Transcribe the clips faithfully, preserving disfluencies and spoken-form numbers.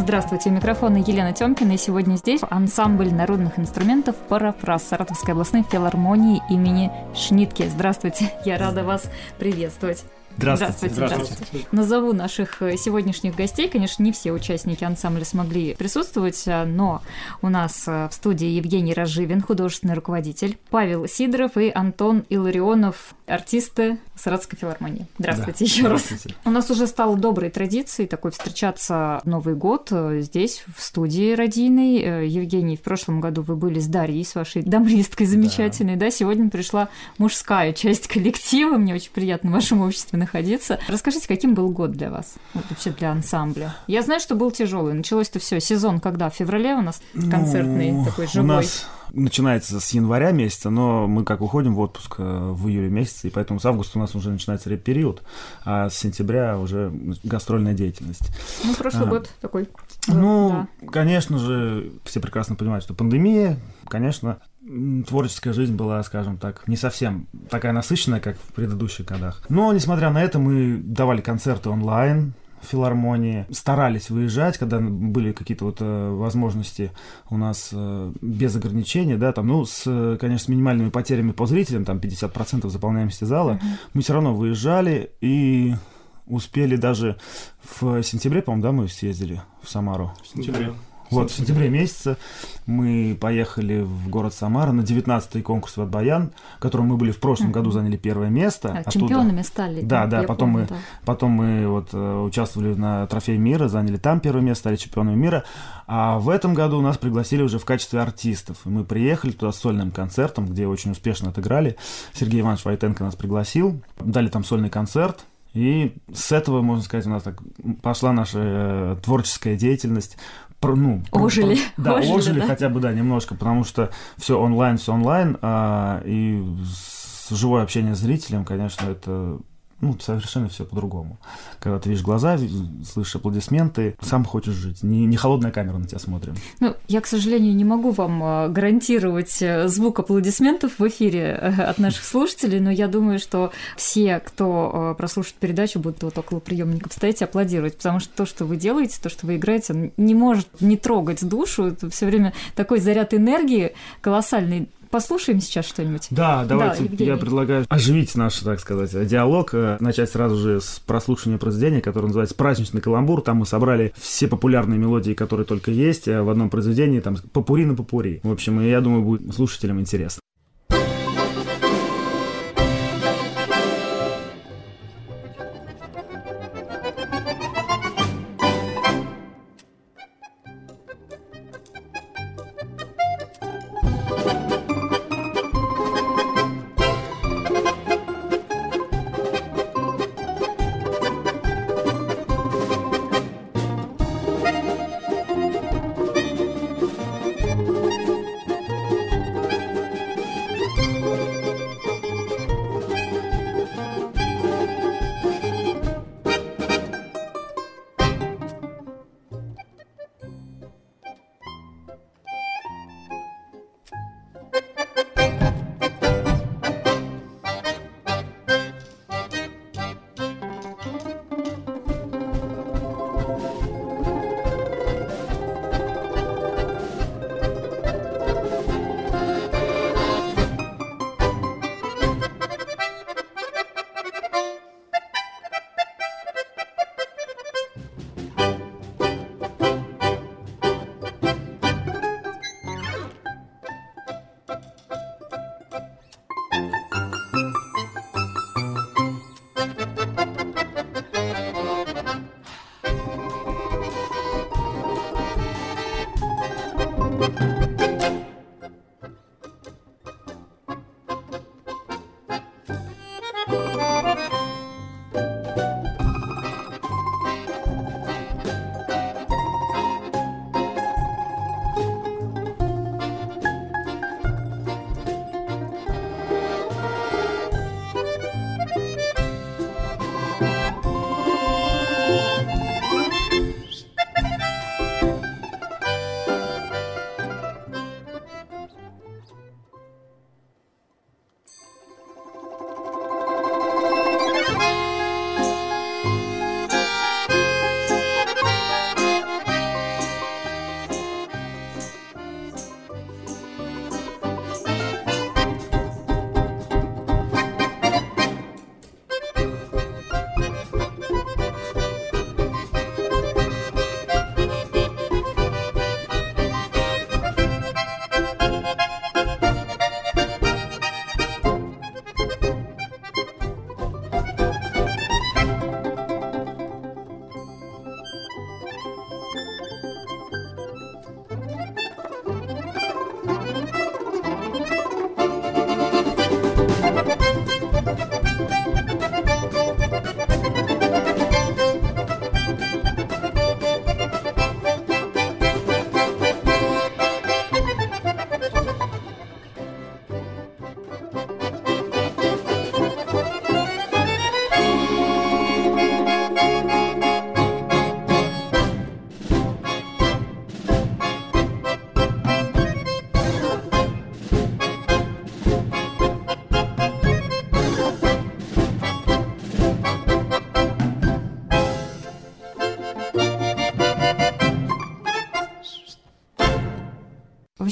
Здравствуйте, у микрофона Елена Тёмкина, и сегодня здесь ансамбль народных инструментов «Парафраз» Саратовской областной филармонии имени Шнитке. Здравствуйте, я рада вас приветствовать. Здравствуйте. Здравствуйте. Здравствуйте. Назову наших сегодняшних гостей. Конечно, не все участники ансамбля смогли присутствовать, но у нас в студии Евгений Разживин, художественный руководитель, Павел Сидоров и Антон Илларионов, артисты Саратовской филармонии. Здравствуйте, да, еще здравствуйте. раз. У нас уже стало доброй традицией такой встречаться в Новый год здесь, в студии радийной. Евгений, в прошлом году вы были с Дарьей, с вашей дамбристкой замечательной, да. да? Сегодня пришла мужская часть коллектива. Мне очень приятно в вашем обществе находиться. Расскажите, каким был год для вас, вот вообще для ансамбля? Я знаю, что был тяжелый. Началось-то все сезон когда? В феврале у нас концертный ну, такой живой. У нас начинается с января месяца, но мы как уходим в отпуск в июле месяце, и поэтому с августа у нас уже начинается реп-период, а с сентября уже гастрольная деятельность. Ну, прошлый а, год такой. Ну, да. Конечно же, все прекрасно понимают, что пандемия, конечно, творческая жизнь была, скажем так, не совсем такая насыщенная, как в предыдущих годах. Но, несмотря на это, мы давали концерты онлайн в филармонии, старались выезжать, когда были какие-то вот э, возможности у нас э, без ограничений, да, там, ну, с, конечно, с минимальными потерями по зрителям, там, пятьдесят процентов заполняемости зала, uh-huh. мы все равно выезжали и успели даже в сентябре, по-моему, да, мы съездили в Самару? В сентябре. Вот, в сентябре месяце мы поехали в город Самара на девятнадцатый конкурс «Вот Баян», в котором мы были в прошлом uh-huh. году, заняли первое место. А, чемпионами стали. Да, да, потом, помню, мы, да. потом мы вот, участвовали на «Трофее мира», заняли там первое место, стали чемпионами мира. А в этом году нас пригласили уже в качестве артистов. И мы приехали туда с сольным концертом, где очень успешно отыграли. Сергей Иванович Войтенко нас пригласил, дали там сольный концерт. И с этого, можно сказать, у нас так пошла наша э, творческая деятельность. Про, ну, ожили. Про, да, ожили, ожили да? хотя бы, да, немножко, потому что все онлайн, все онлайн, а, и живое общение с зрителем, конечно, это... Ну, совершенно все по-другому. Когда ты видишь глаза, слышишь аплодисменты, сам хочешь жить. Не, не холодная камера на тебя смотрит. Ну, я, к сожалению, не могу вам гарантировать звук аплодисментов в эфире от наших слушателей, но я думаю, что все, кто прослушает передачу, будут вот около приемников стоять и аплодировать, потому что то, что вы делаете, то, что вы играете, не может не трогать душу. Это все время такой заряд энергии колоссальный. Послушаем сейчас что-нибудь? Да, давайте да, я предлагаю оживить наш, так сказать, диалог, начать сразу же с прослушивания произведения, которое называется «Праздничный каламбур». Там мы собрали все популярные мелодии, которые только есть в одном произведении, там попури на попури. В общем, я думаю, будет слушателям интересно.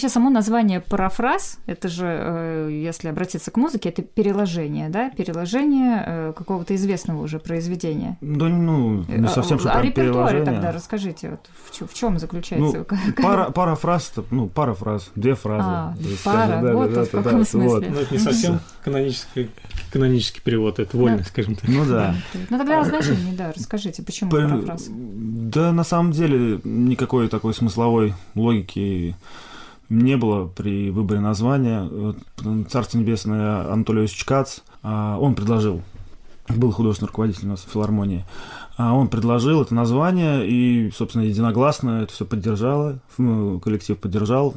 Вообще, само название парафраз, это же, если обратиться к музыке, это переложение, да? Переложение какого-то известного уже произведения. Да, ну, не совсем, что прям переложение. О репертуаре тогда расскажите, вот в, в чем заключается? Ну, пара, парафраз, ну, пара фраз, две фразы. А, пара, да, вот да, в каком да, смысле. Вот. Ну, это не совсем канонический, канонический перевод, это вольно, да. скажем так. Ну, да. Ну, тогда разложение, да, расскажите, почему По... парафраз? Да, на самом деле, никакой такой смысловой логики не было при выборе названия. Царство небесное Анатолий Иосифович Кац, он предложил, был художественный руководитель у нас в филармонии, он предложил это название, и, собственно, единогласно это все поддержало, коллектив поддержал,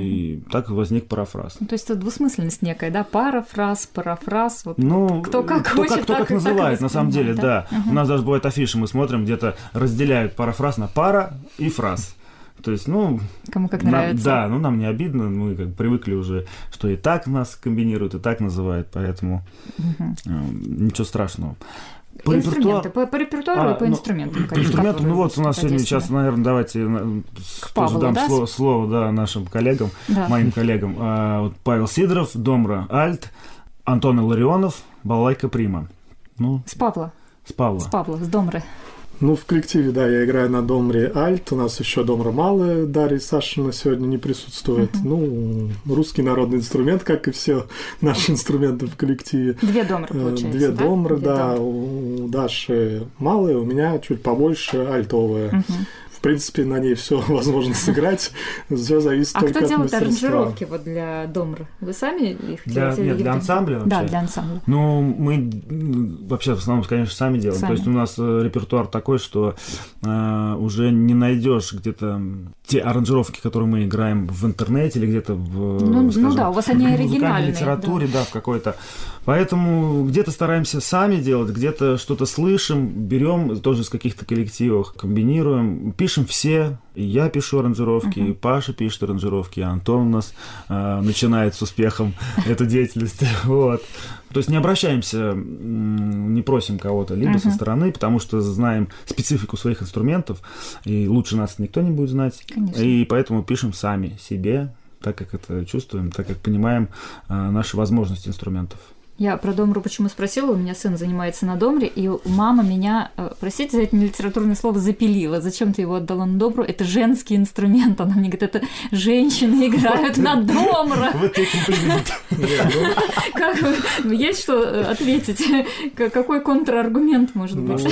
и так возник парафраз. Ну, то есть это двусмысленность некая, да? Парафраз, парафраз, вот ну, кто как кто хочет, как, кто так, как называет, так на самом деле, да. да. Угу. У нас даже бывают афиши, мы смотрим, где-то разделяют парафраз на пара и фраз. То есть, ну... Кому как нам, нравится. Да, ну нам не обидно, мы как привыкли уже, что и так нас комбинируют, и так называют, поэтому угу. э, ничего страшного. По инструменты, по, по репертуару а, и по ну, инструментам. По инструментам, ну вот у нас сегодня сейчас, наверное, давайте Павлу, дам да? слово, слово да, нашим коллегам, да. моим коллегам. А, вот Павел Сидоров, Домра Альт, Антон Илларионов, Балалайка Прима. Ну, с Павла. С Павла. С Павла, с Домры. Ну, в коллективе, да, я играю на домре альт, у нас еще домра малая, Дарья Сашина сегодня не присутствует. Uh-huh. Ну, русский народный инструмент, как и все наши инструменты в коллективе. Две домры, получается, Две да? домры, Две да, домры. У Даши малая, у меня чуть побольше альтовая. Uh-huh. В принципе, на ней все возможно сыграть, все зависит а только от мастерства. А кто делает аранжировки вот для домр? Вы сами их для, делаете? Нет, для ансамбля вообще? Да, для ансамбля. Ну, мы вообще в основном, конечно, сами делаем. Сами. То есть у нас репертуар такой, что э, уже не найдешь где-то те аранжировки, которые мы играем в интернете или где-то в, ну, скажем, ну да, у вас они оригинальные. В литературе, да. да, в какой-то. Поэтому где-то стараемся сами делать, где-то что-то слышим, берем тоже из каких-то коллективов, комбинируем, пишем все. И я пишу аранжировки, uh-huh. и Паша пишет аранжировки, и Антон у нас э, начинает с успехом эту деятельность. Вот. То есть не обращаемся, не просим кого-то либо uh-huh. со стороны, потому что знаем специфику своих инструментов, и лучше нас никто не будет знать. Конечно. И поэтому пишем сами себе, так как это чувствуем, так как понимаем э, наши возможности инструментов. Я про домру почему спросила, у меня сын занимается на домре, и мама меня, простите за это нелитературное слово, запилила. Зачем ты его отдала на домру? Это женский инструмент. Она мне говорит, это женщины играют на домру. Вот и комплимент. Есть что ответить? Какой контраргумент может быть?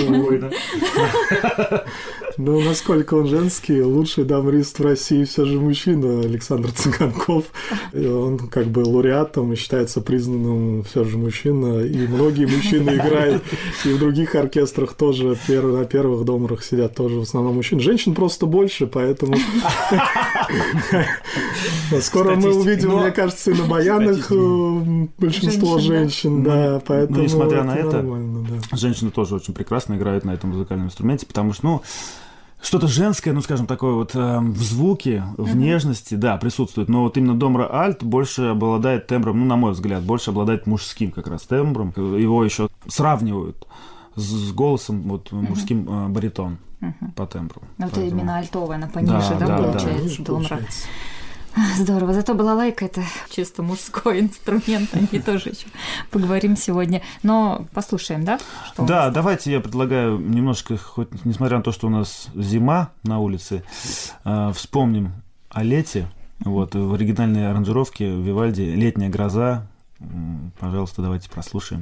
Ну, насколько он женский, лучший домрист в России все же мужчина, Александр Цыганков. Он как бы лауреатом и считается признанным все же мужчина, и многие мужчины играют, и в других оркестрах тоже на первых домрах сидят тоже в основном мужчины. Женщин просто больше, поэтому скоро мы увидим, мне кажется, и на баянах большинство женщин, да, поэтому несмотря на это, женщины тоже очень прекрасно играют на этом музыкальном инструменте, потому что, ну, что-то женское, ну, скажем, такое вот э, в звуке, в mm-hmm. нежности, да, присутствует. Но вот именно домра альт больше обладает тембром, ну, на мой взгляд, больше обладает мужским как раз тембром. Его еще сравнивают с голосом вот мужским mm-hmm. э, баритон mm-hmm. по тембру. Ну, это именно альтовая, она пониже, да, да, да получается, да. домра. Здорово. Зато балалайка — это чисто мужской инструмент, о ней тоже еще поговорим сегодня. Но послушаем, да? Что да, давайте я предлагаю немножко, хоть несмотря на то, что у нас зима на улице, э, вспомним о лете. Вот, в оригинальной аранжировке Вивальди «Летняя гроза». Пожалуйста, давайте прослушаем.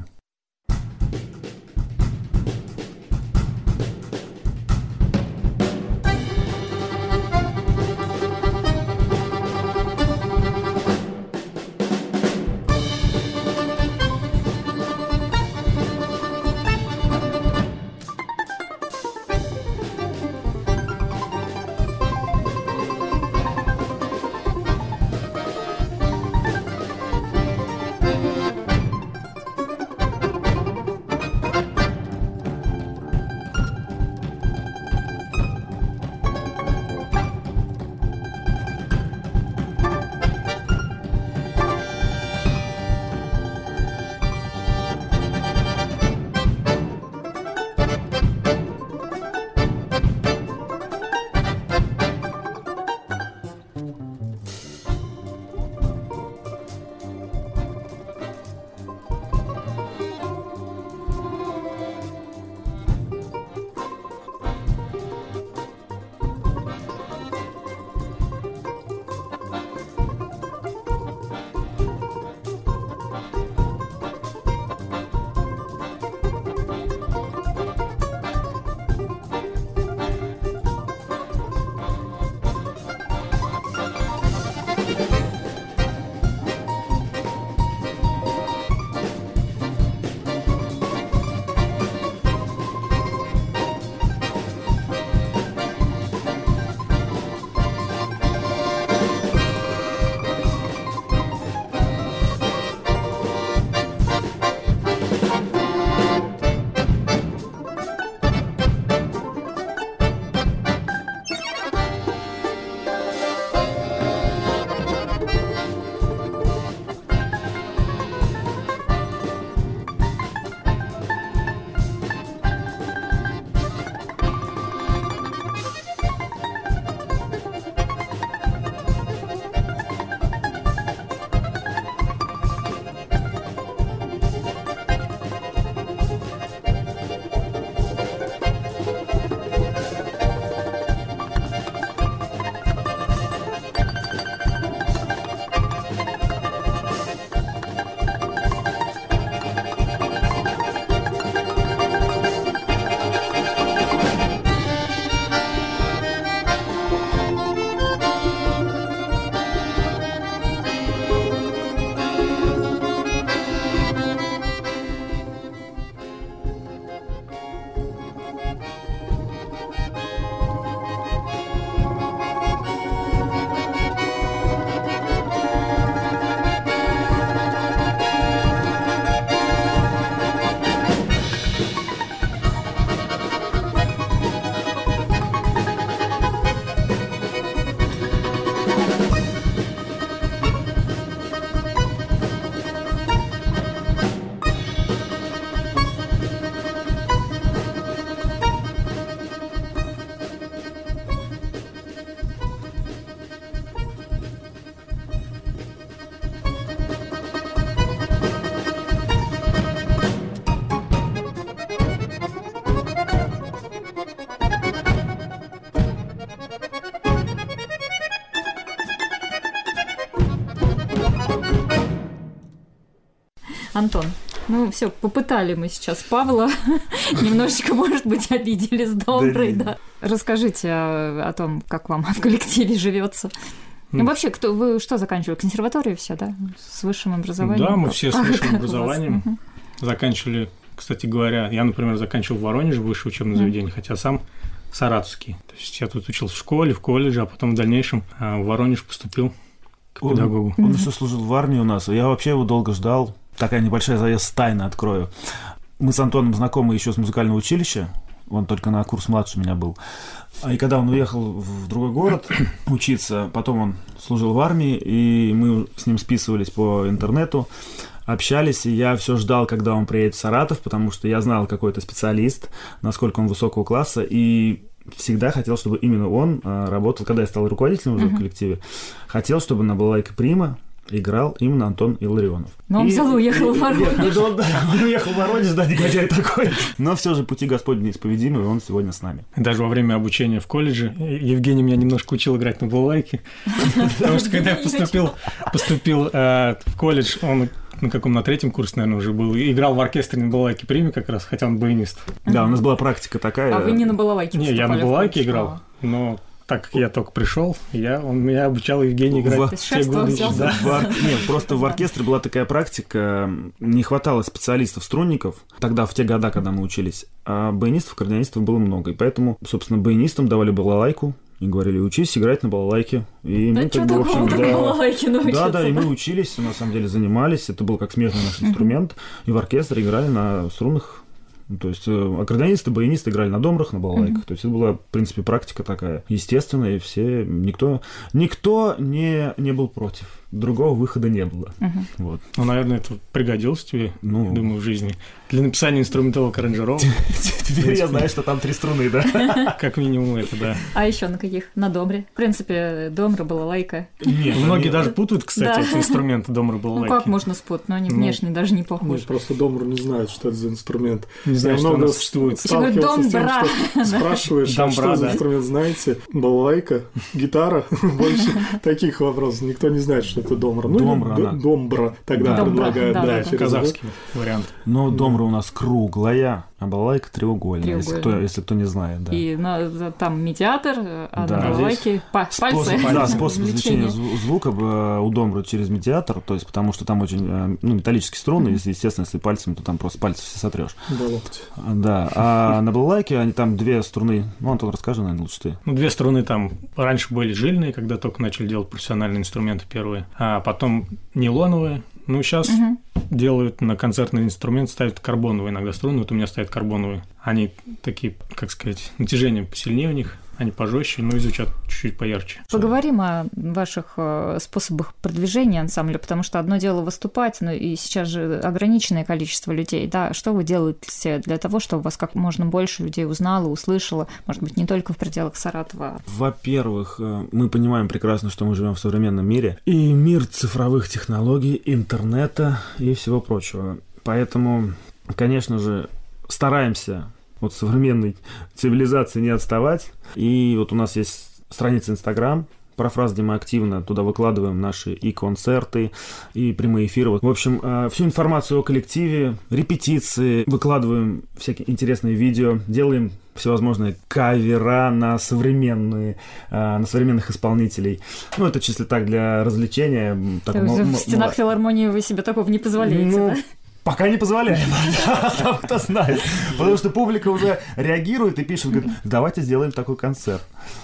Антон, ну все, попытали мы сейчас Павла, немножечко, может быть, обидели с Домброй, да. Расскажите о том, как вам в коллективе живется. Ну, вообще, кто, вы что заканчивали? Консерваторию все, да? С высшим образованием? Да, мы все с высшим образованием заканчивали, кстати говоря, я, например, заканчивал в Воронеже высшее учебное заведение, хотя сам саратовский. То есть я тут учился в школе, в колледже, а потом в дальнейшем в Воронеж поступил к педагогу. Он, он еще служил в армии у нас, я вообще его долго ждал. Такая небольшая завеса тайны открою. Мы с Антоном знакомы еще с музыкального училища, он только на курс младше меня был. И когда он уехал в другой город учиться, потом он служил в армии, и мы с ним списывались по интернету, общались, и я все ждал, когда он приедет в Саратов, потому что я знал, какой это специалист, насколько он высокого класса, и всегда хотел, чтобы именно он работал, когда я стал руководителем уже uh-huh. в коллективе, хотел, чтобы на балалайке Прима играл именно Антон Илларионов. Но он взял, уехал в Воронеж. Он уехал в Воронеж, да, негодяй такой. Но все же пути Господни неисповедимы, и он сегодня с нами. Даже во время обучения в колледже Евгений меня немножко учил играть на балалайке, потому что когда я поступил, поступил в колледж, он на каком, на третьем курсе, наверное, уже был, играл в оркестре на балалайке Приме как раз, хотя он баянист. Да, у нас была практика такая. А вы не на балалайке Не, я на балалайке играл, но... Так как я только пришел, я, он меня обучал Евгений играть. В... Те годы, да. в ор... Нет, просто в оркестре была такая практика, не хватало специалистов-струнников, тогда в те годы, когда мы учились, а баянистов, аккордеонистов было много, и поэтому, собственно, баянистам давали балалайку и говорили, учись играть на балалайке. И да мы, что как бы, в общем, да, балалайке научиться? Да, да, и мы учились, на самом деле занимались, это был как смежный наш инструмент, и в оркестре играли на струнных. То есть аккордеонисты, баянисты играли на домрах, на балалайках. Mm-hmm. То есть это была, в принципе, практика такая естественная, и все, никто, никто не, не был против. Другого выхода не было. Uh-huh. Вот. Ну, наверное, это пригодилось тебе, ну, я думаю, в жизни. Для написания инструментовых аранжировок. Теперь я знаю, что там три струны, да? Как минимум это, да. А еще на каких? На домре. В принципе, домра, балалайка. Многие даже путают, кстати, эти инструменты домры, балалайки. Ну, как можно спутать? Но они внешне даже не похожи. Просто домру не знают, что это за инструмент. Не знаю, что она существует. Сталкивался с тем, что спрашиваешь, что за инструмент знаете? Балалайка, гитара. Больше таких вопросов. Никто не знает, что это домра. Ну, Домбра, д- домбра тогда да. предлагают, да, да, да, через казахский вариант. Но домбра у нас круглая, а балалайка треугольная, если кто, если кто не знает, да. И на, там медиатор, а да. на балалайке па- способ, пальцы. Да, способ извлечения звука у домбры через медиатор, то есть потому что там очень, ну, металлические струны, mm-hmm. если, естественно, если пальцем, то там просто пальцы все сотрешь. Да, локти. Да, а на балалайке они там две струны, ну, Антон, расскажи, наверное, лучше ты. Ну, две струны там раньше были жильные, когда только начали делать профессиональные инструменты первые, а потом нейлоновые. Ну, сейчас угу. делают на концертный инструмент, ставят карбоновые иногда струны. Вот у меня стоят карбоновые. Они такие, как сказать, натяжение посильнее у них, они пожестче, но и звучат чуть-чуть поярче. Поговорим о ваших способах продвижения ансамбля, потому что одно дело выступать, но и сейчас же ограниченное количество людей. Да, что вы делаете для того, чтобы вас как можно больше людей узнало, услышало, может быть, не только в пределах Саратова? Во-первых, мы понимаем прекрасно, что мы живем в современном мире, и мир цифровых технологий, интернета и всего прочего. Поэтому, конечно же, стараемся от современной цивилизации не отставать. И вот у нас есть страница Инстаграм, про фраз, где мы активно туда выкладываем наши и концерты, и прямые эфиры. В общем, всю информацию о коллективе, репетиции, выкладываем всякие интересные видео, делаем всевозможные кавера на современные, на современных исполнителей. Ну, это чисто так для развлечения. Так, в м- стенах м- филармонии вы себе такого не позволяете, ну, да? Пока не позволяем, там кто знает. Потому что публика уже реагирует и пишет, говорит, давайте сделаем такой концерт.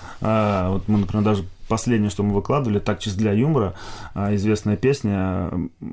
А, вот мы, например, даже последнее, что мы выкладывали, так чисто для юмора, известная песня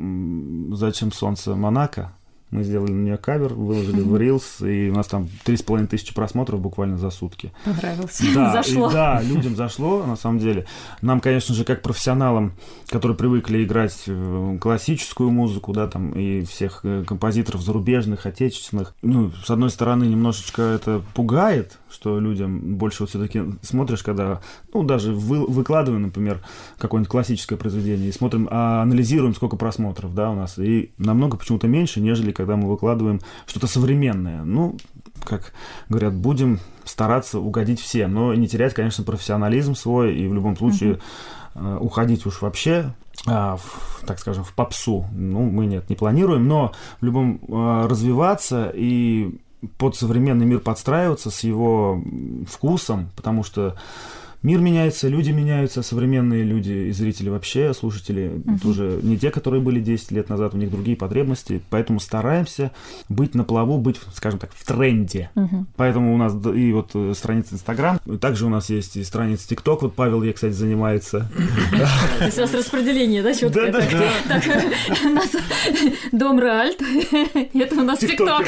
«Зачем солнце Монако». Мы сделали на нее кавер, выложили в Reels, и у нас там три с половиной тысячи просмотров буквально за сутки. Понравился. Да, зашло. И, да, людям зашло, на самом деле. Нам, конечно же, как профессионалам, которые привыкли играть классическую музыку, да, там, и всех композиторов зарубежных, отечественных, ну, с одной стороны, немножечко это пугает, что людям больше вот все-таки смотришь, когда, ну, даже вы, выкладываем, например, какое-нибудь классическое произведение, и смотрим, а анализируем, сколько просмотров, да, у нас, и намного почему-то меньше, нежели когда мы выкладываем что-то современное. Ну, как говорят, будем стараться угодить всем, но не терять, конечно, профессионализм свой и в любом случае uh-huh. уходить уж вообще, в, так скажем, в попсу. Ну, мы нет, не планируем, но в любом развиваться и под современный мир подстраиваться с его вкусом, потому что мир меняется, люди меняются, современные люди и зрители вообще, слушатели, uh-huh. это уже не те, которые были десять лет назад, у них другие потребности, поэтому стараемся быть на плаву, быть, скажем так, в тренде. Uh-huh. Поэтому у нас и вот страница Инстаграм, также у нас есть и страница ТикТок, вот Павел ей, кстати, занимается. То есть у нас распределение, да, четкое? Да-да-да. У нас Дом Раальт, это у нас ТикТок.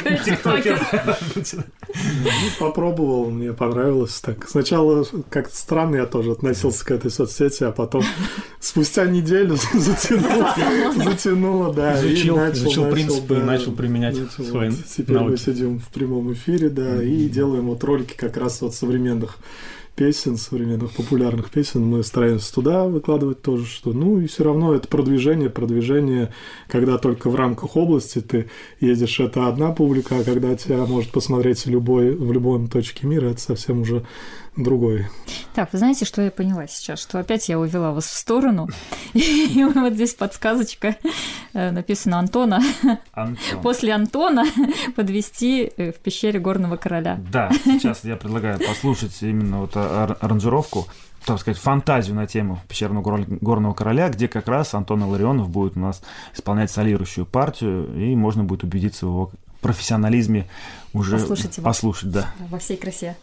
Попробовал, мне понравилось так. Сначала как-то странно я тоже относился к этой соцсети, а потом спустя неделю затянуло, затянуло, да, изучил, и начал, изучил начал, принципы да, и начал применять начал, свои вот, теперь навыки. Мы сидим в прямом эфире, да, mm-hmm. и делаем вот ролики как раз вот современных песен, современных популярных песен, мы стараемся туда выкладывать тоже, что, ну, и все равно это продвижение, продвижение, когда только в рамках области ты едешь, это одна публика, а когда тебя может посмотреть любой, в любой точке мира, это совсем уже другой. Так, вы знаете, что я поняла сейчас? Что опять я увела вас в сторону. И вот здесь подсказочка написано Антона. Антон. После Антона подвести в пещере Горного Короля. Да, сейчас я предлагаю послушать именно вот аранжировку, так сказать, фантазию на тему пещерного Горного Короля, где как раз Антон Илларионов будет у нас исполнять солирующую партию, и можно будет убедиться в его профессионализме уже послушать, его. послушать, да. Во всей красе.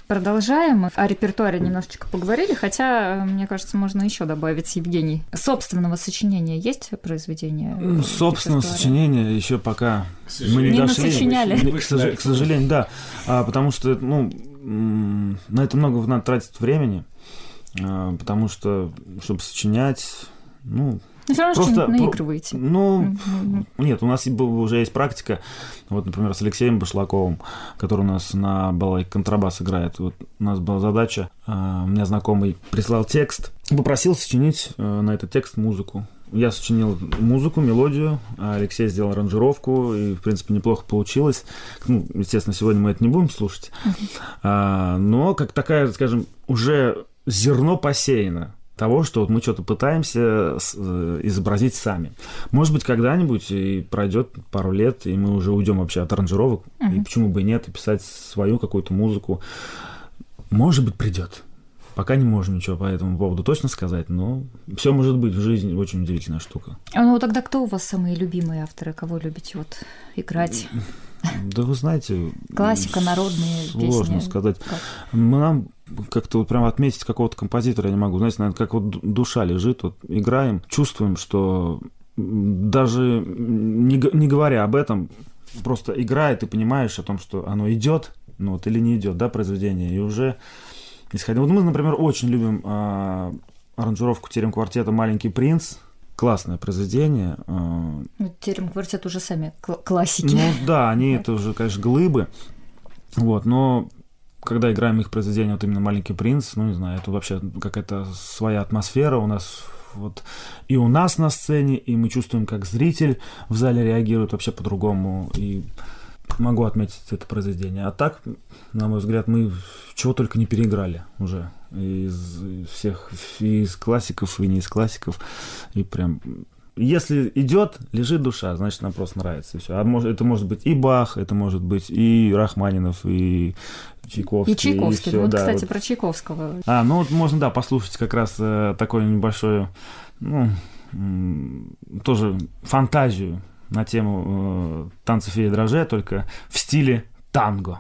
Продолжаем. О репертуаре немножечко поговорили, хотя, мне кажется, можно еще добавить, Евгений. Собственного сочинения есть произведение? Собственного сочинения еще пока мы не, не дошли. насочиняли. К, сож... к сожалению, да. А, потому что, ну, на это много надо тратить времени, а, потому что, чтобы сочинять, ну... Но все равно просто наигрываете. Ну, mm-hmm. нет, у нас уже есть практика, вот, например, с Алексеем Башлаковым, который у нас на балалайке контрабас играет. Вот у нас была задача, у меня знакомый прислал текст, попросил сочинить на этот текст музыку. Я сочинил музыку, мелодию, а Алексей сделал аранжировку, и, в принципе, неплохо получилось. Ну, естественно, сегодня мы это не будем слушать, mm-hmm. а, но как такая, скажем, уже зерно посеяно того, что вот мы что-то пытаемся изобразить сами. Может быть, когда-нибудь и пройдет пару лет, и мы уже уйдем вообще от аранжировок, uh-huh. и почему бы и нет, и писать свою какую-то музыку. Может быть, придет. Пока не можем ничего по этому поводу точно сказать, но все может быть в жизни, очень удивительная штука. Ну, тогда кто у вас самые любимые авторы, кого любите вот играть? Да вы знаете... Классика, народные сложно песни. Сложно сказать. Как? Нам как-то вот прям отметить какого-то композитора я не могу. Знаете, наверное, как вот душа лежит, вот играем, чувствуем, что даже не, не говоря об этом, просто играет и понимаешь о том, что оно идет, ну вот, или не идет, да, произведение, и уже исходя... Вот мы, например, очень любим а, аранжировку терем-квартета «Маленький принц». Классное произведение. Ну, терем-квартет уже сами классики. Ну да, они это уже, конечно, глыбы. Вот, но когда играем их произведения, вот именно «Маленький принц», ну, не знаю, это вообще какая-то своя атмосфера у нас, вот, и у нас на сцене, и мы чувствуем, как зритель в зале реагирует вообще по-другому, и могу отметить это произведение. А так, на мой взгляд, мы чего только не переиграли уже из всех, и из классиков, и не из классиков, и прям... Если идет, лежит душа, значит, нам просто нравится. И все. А может, это может быть и Бах, это может быть и Рахманинов, и Чайковский. И Чайковский. И все, вот, да, кстати, вот. Про Чайковского. А, ну вот можно, да, послушать как раз э, такое небольшое, ну, э, тоже фантазию на тему э, танца феи драже, только в стиле танго.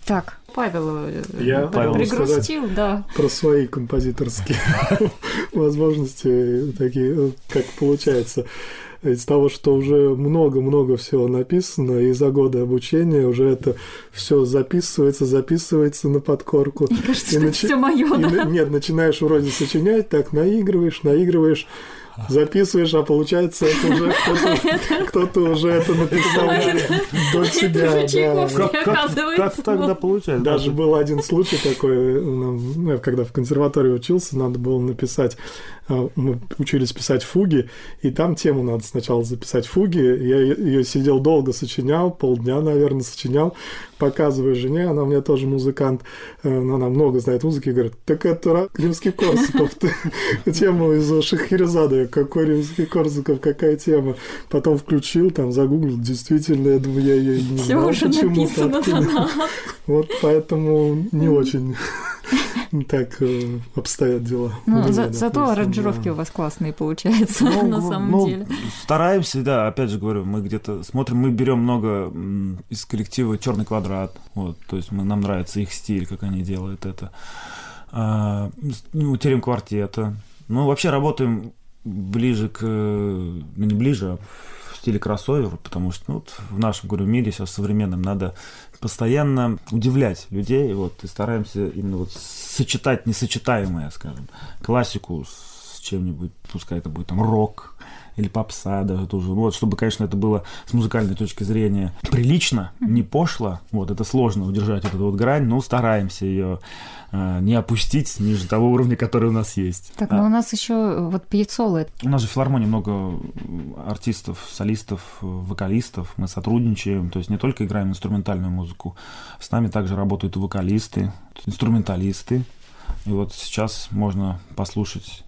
Так, Павел, Я пригрустил, да. Про свои композиторские возможности, такие, как получается. Из того, что уже много-много всего написано, и за годы обучения уже это все записывается, записывается на подкорку. Мне кажется, и что начи... это все мое, да? Нет, начинаешь вроде сочинять, так наигрываешь, наигрываешь, записываешь, а получается, это уже кто-то, кто-то уже это написал до тебя. Да. Как, как, как тогда получается? Даже был один случай такой, ну, я когда в консерватории учился, надо было написать, мы учились писать фуги, и там тему надо сначала записать фуги. Я ее сидел долго, сочинял, полдня, наверное, сочинял, показываю жене, она у меня тоже музыкант, она много знает музыки, говорит, так это Римский-Корсаков, тему из Шахерезады, какой Римский-Корсаков, какая тема. Потом включил, там загуглил, действительно, я думаю, я ее не знал, почему-то. Вот поэтому не очень так обстоят дела. Ну, за, зато аранжировки у вас классные получаются, ну, на самом ну, деле. Стараемся, да, опять же говорю, мы где-то смотрим, мы берем много из коллектива «Черный квадрат», вот, то есть мы, нам нравится их стиль, как они делают это. А, ну, «Терем квартета». Ну, вообще работаем ближе к... Ну, не ближе, а в стиле кроссовер, потому что ну, вот в нашем, говорю, мире сейчас современном надо постоянно удивлять людей, вот, и стараемся именно вот сочетать несочетаемое, скажем, классику с чем-нибудь, пускай это будет там рок или попса даже тоже, вот, чтобы, конечно, это было с музыкальной точки зрения прилично, не пошло, вот, это сложно удержать эту вот грань, но стараемся ее э, не опустить ниже того уровня, который у нас есть. Так, а, но у нас еще вот пьецолы. У нас же в филармонии много артистов, солистов, вокалистов, мы сотрудничаем, то есть не только играем инструментальную музыку, с нами также работают и вокалисты, инструменталисты, и вот сейчас можно послушать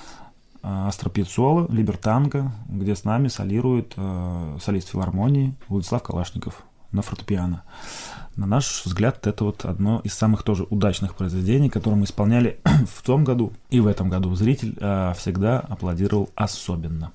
Астро Пьеццола, Либертанго, где с нами солирует э, солист филармонии Владислав Калашников на фортепиано. На наш взгляд, это вот одно из самых тоже удачных произведений, которые мы исполняли в том году и в этом году. Зритель э, всегда аплодировал особенно.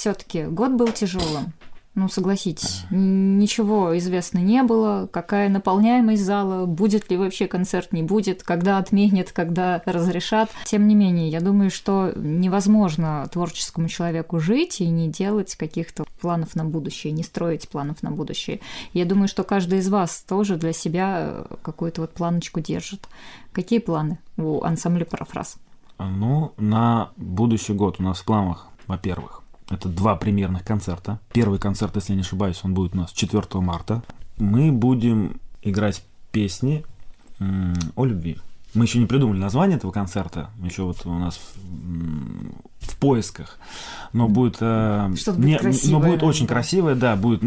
все-таки год был тяжелым. Ну, согласитесь, ничего известно не было, какая наполняемость зала, будет ли вообще концерт, не будет, когда отменят, когда разрешат. Тем не менее, я думаю, что невозможно творческому человеку жить и не делать каких-то планов на будущее, не строить планов на будущее. Я думаю, что каждый из вас тоже для себя какую-то вот планочку держит. Какие планы у ансамбля «Парафраз»? Ну, на будущий год у нас в планах, во-первых, это два премьерных концерта. Первый концерт, если я не ошибаюсь, он будет у нас четвёртого марта. Мы будем играть песни м- о любви. Мы еще не придумали название этого концерта, еще вот у нас в, в поисках, но будет, э, не, но будет очень да. красивое, да, будет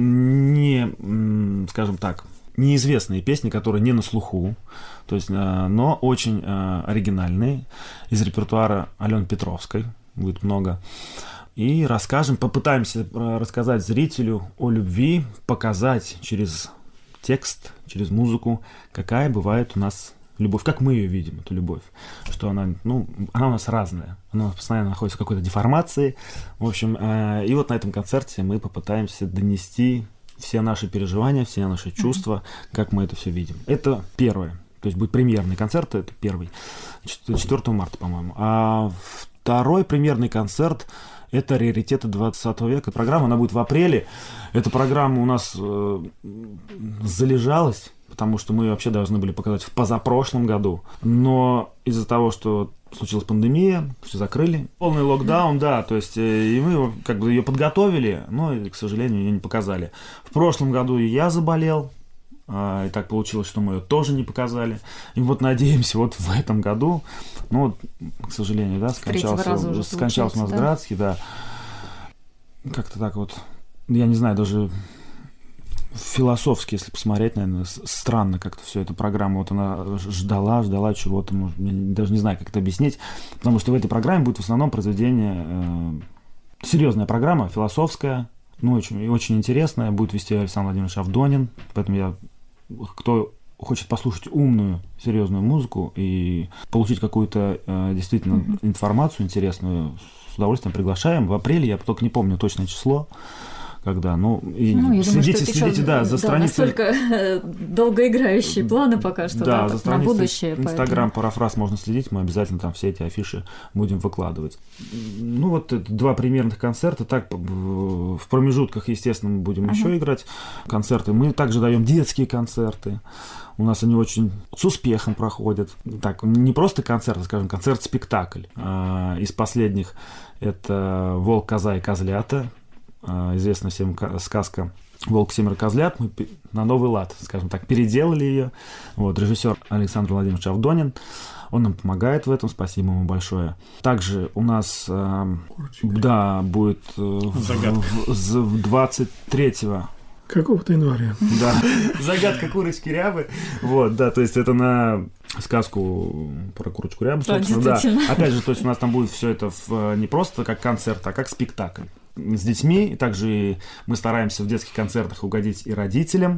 не, скажем так, неизвестные песни, которые не на слуху, то есть, э, но очень э, оригинальные, из репертуара Алены Петровской будет много. И расскажем, попытаемся рассказать зрителю о любви, показать через текст, через музыку, какая бывает у нас любовь, как мы ее видим, эту любовь, что она, ну, она у нас разная, она постоянно находится в какой-то деформации, в общем, э, и вот на этом концерте мы попытаемся донести все наши переживания, все наши чувства, как мы это все видим. Это первое, то есть будет премьерный концерт, это первый, четвёртого марта, по-моему, а второй премьерный концерт — это «Раритеты двадцатого века». Программа, она будет в апреле. Эта программа у нас э, залежалась, потому что мы вообще должны были показать в позапрошлом году. Но из-за того, что случилась пандемия, все закрыли. Полный локдаун, да, то есть э, и мы как бы ее подготовили, но, к сожалению, ее не показали. В прошлом году и я заболел, э, и так получилось, что мы ее тоже не показали. И вот надеемся, вот в этом году, ну, вот, к сожалению, да, скончался, скончался у нас да? Градский, да. Как-то так вот, я не знаю, даже философски, если посмотреть, наверное, странно как-то все эта программа, вот она ждала, ждала чего-то, может, я даже не знаю, как это объяснить, потому что в этой программе будет в основном произведение, э, серьезная программа, философская, ну, очень, очень интересная, будет вести Александр Владимирович Авдонин, поэтому я, кто хочет послушать умную, серьезную музыку и получить какую-то э, действительно mm-hmm. информацию интересную, с удовольствием приглашаем. В апреле, я только не помню точное число, когда, ну, и ну, следите, думаю, следите, да, за да, страницей. Настолько долгоиграющие планы пока что, да, да, за страницей на будущее. Инстаграм «Парафраз» можно следить, мы обязательно там все эти афиши будем выкладывать. Ну, вот это два премьерных концерта, так, в промежутках, естественно, мы будем uh-huh. еще играть концерты. Мы также даем детские концерты. У нас они очень с успехом проходят. Так, не просто концерт, а, скажем, концерт-спектакль. А, из последних это «Волк, коза и козлята». А, известная всем сказка «Волк, семеро козлят». Мы на новый лад, скажем так, переделали ее. Вот, режиссер Александр Владимирович Авдонин. Он нам помогает в этом, спасибо ему большое. Также у нас э, да, будет э, в, в, в двадцать третьего какого-то января. Да, загадка курочки Рябы. Вот, да, то есть это на сказку про курочку Рябу, собственно, да. Опять же, то есть у нас там будет все это в, не просто как концерт, а как спектакль с детьми. И также мы стараемся в детских концертах угодить и родителям,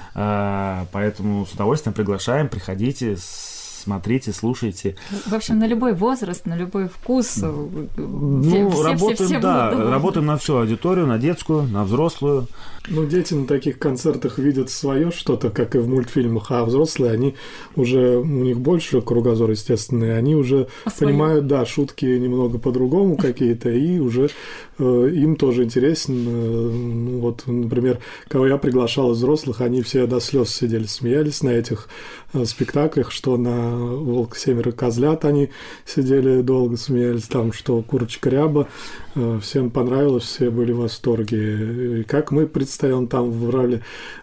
поэтому с удовольствием приглашаем, приходите, смотрите, слушайте. В общем, на любой возраст, на любой вкус. Ну, все, работаем, все, все да, будут. Работаем на всю аудиторию, на детскую, на взрослую. Ну, дети на таких концертах видят свое что-то, как и в мультфильмах, а взрослые, они уже, у них больше кругозор, естественно, и они уже а понимают, да, шутки немного по-другому какие-то, и уже э, им тоже интересно. Ну, вот, например, кого я приглашал из взрослых, они все до слез сидели, смеялись на этих э, спектаклях, что на «Волк, семеро козлят» они сидели долго, смеялись, там, что «Курочка Ряба», э, всем понравилось, все были в восторге. И как мы представляем, там в роли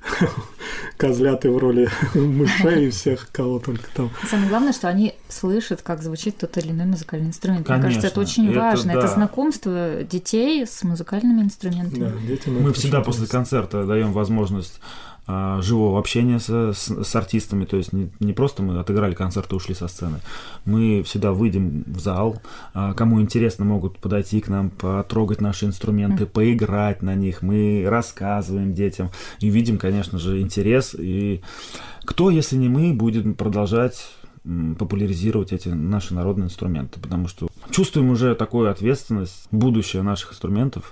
козлят и в роли мышей и всех, кого только там. Самое главное, что они слышат, как звучит тот или иной музыкальный инструмент. Конечно, мне кажется, это очень это, важно. Да. Это знакомство детей с музыкальными инструментами. Да, детям мы всегда после концерта даем возможность живого общения с, с, с артистами, то есть не, не просто мы отыграли концерт и ушли со сцены, мы всегда выйдем в зал, кому интересно, могут подойти к нам, потрогать наши инструменты, mm. поиграть на них, мы рассказываем детям и видим, конечно же, интерес, и кто, если не мы, будет продолжать популяризировать эти наши народные инструменты, потому что чувствуем уже такую ответственность, будущее наших инструментов.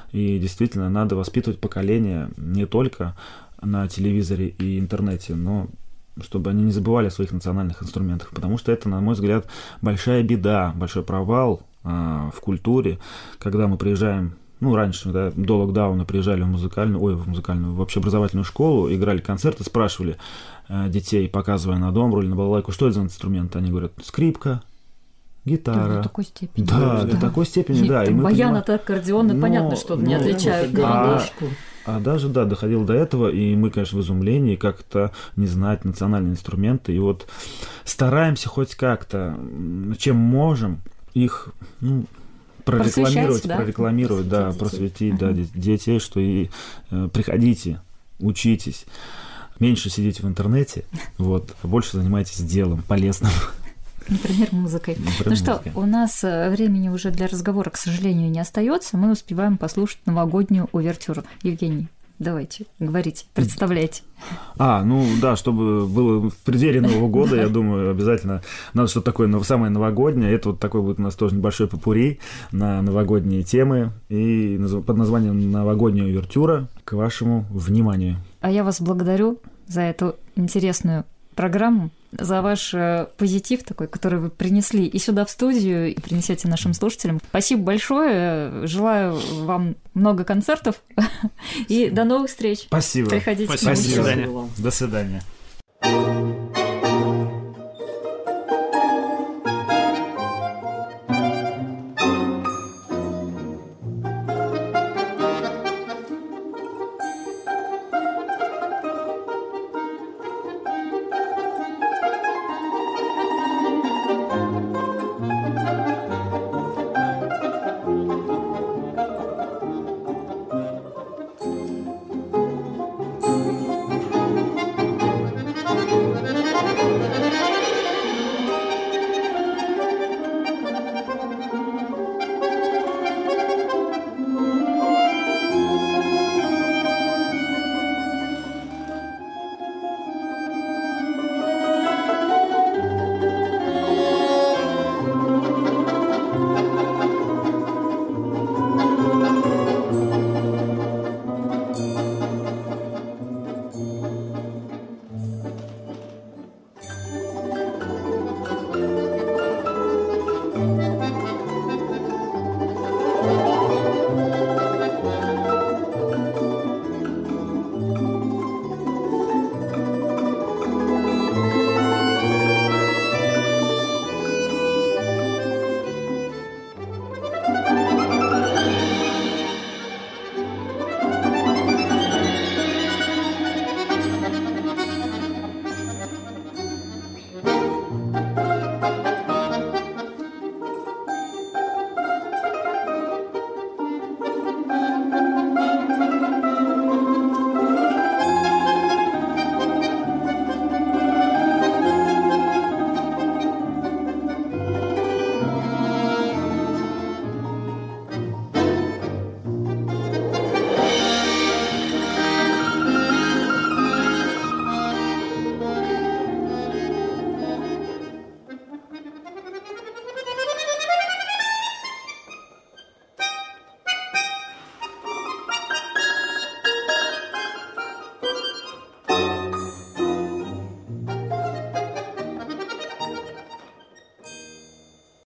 И действительно, надо воспитывать поколение не только на телевизоре и интернете, но чтобы они не забывали о своих национальных инструментах, потому что это, на мой взгляд, большая беда, большой провал а, в культуре, когда мы приезжаем, ну, раньше, да, до локдауна приезжали в музыкальную, ой, в музыкальную, в общеобразовательную школу, играли концерты, спрашивали а, детей, показывая на домбру или на балалайку, что это за инструмент, они говорят, скрипка, гитара. До такой степени. Да, да. до такой степени, да. И мы баян понимаем... от аккордеона, но, понятно, что но, не отличают. Ну, а, а даже, да, доходило до этого, и мы, конечно, в изумлении как-то не знать национальные инструменты, и вот стараемся хоть как-то, чем можем, их, ну, прорекламировать, да? прорекламировать, да, просветить, да, детей, что и э, приходите, учитесь, меньше сидите в интернете, вот, а больше занимайтесь делом полезным. Например, музыкой. Например, ну что, музыкой. У нас времени уже для разговора, к сожалению, не остается. Мы успеваем послушать новогоднюю увертюру. Евгений, давайте, говорите, представляйте. А, ну да, чтобы было в преддверии Нового года, я думаю, обязательно надо что-то такое самое новогоднее. Это вот такой будет у нас тоже небольшой попурри на новогодние темы и под названием «Новогодняя увертюра» к вашему вниманию. А я вас благодарю за эту интересную программу, за ваш позитив такой, который вы принесли и сюда в студию, и принесете нашим слушателям. Спасибо большое. Желаю вам много концертов и до новых встреч. Спасибо. Приходите. Спасибо. До свидания. До свидания.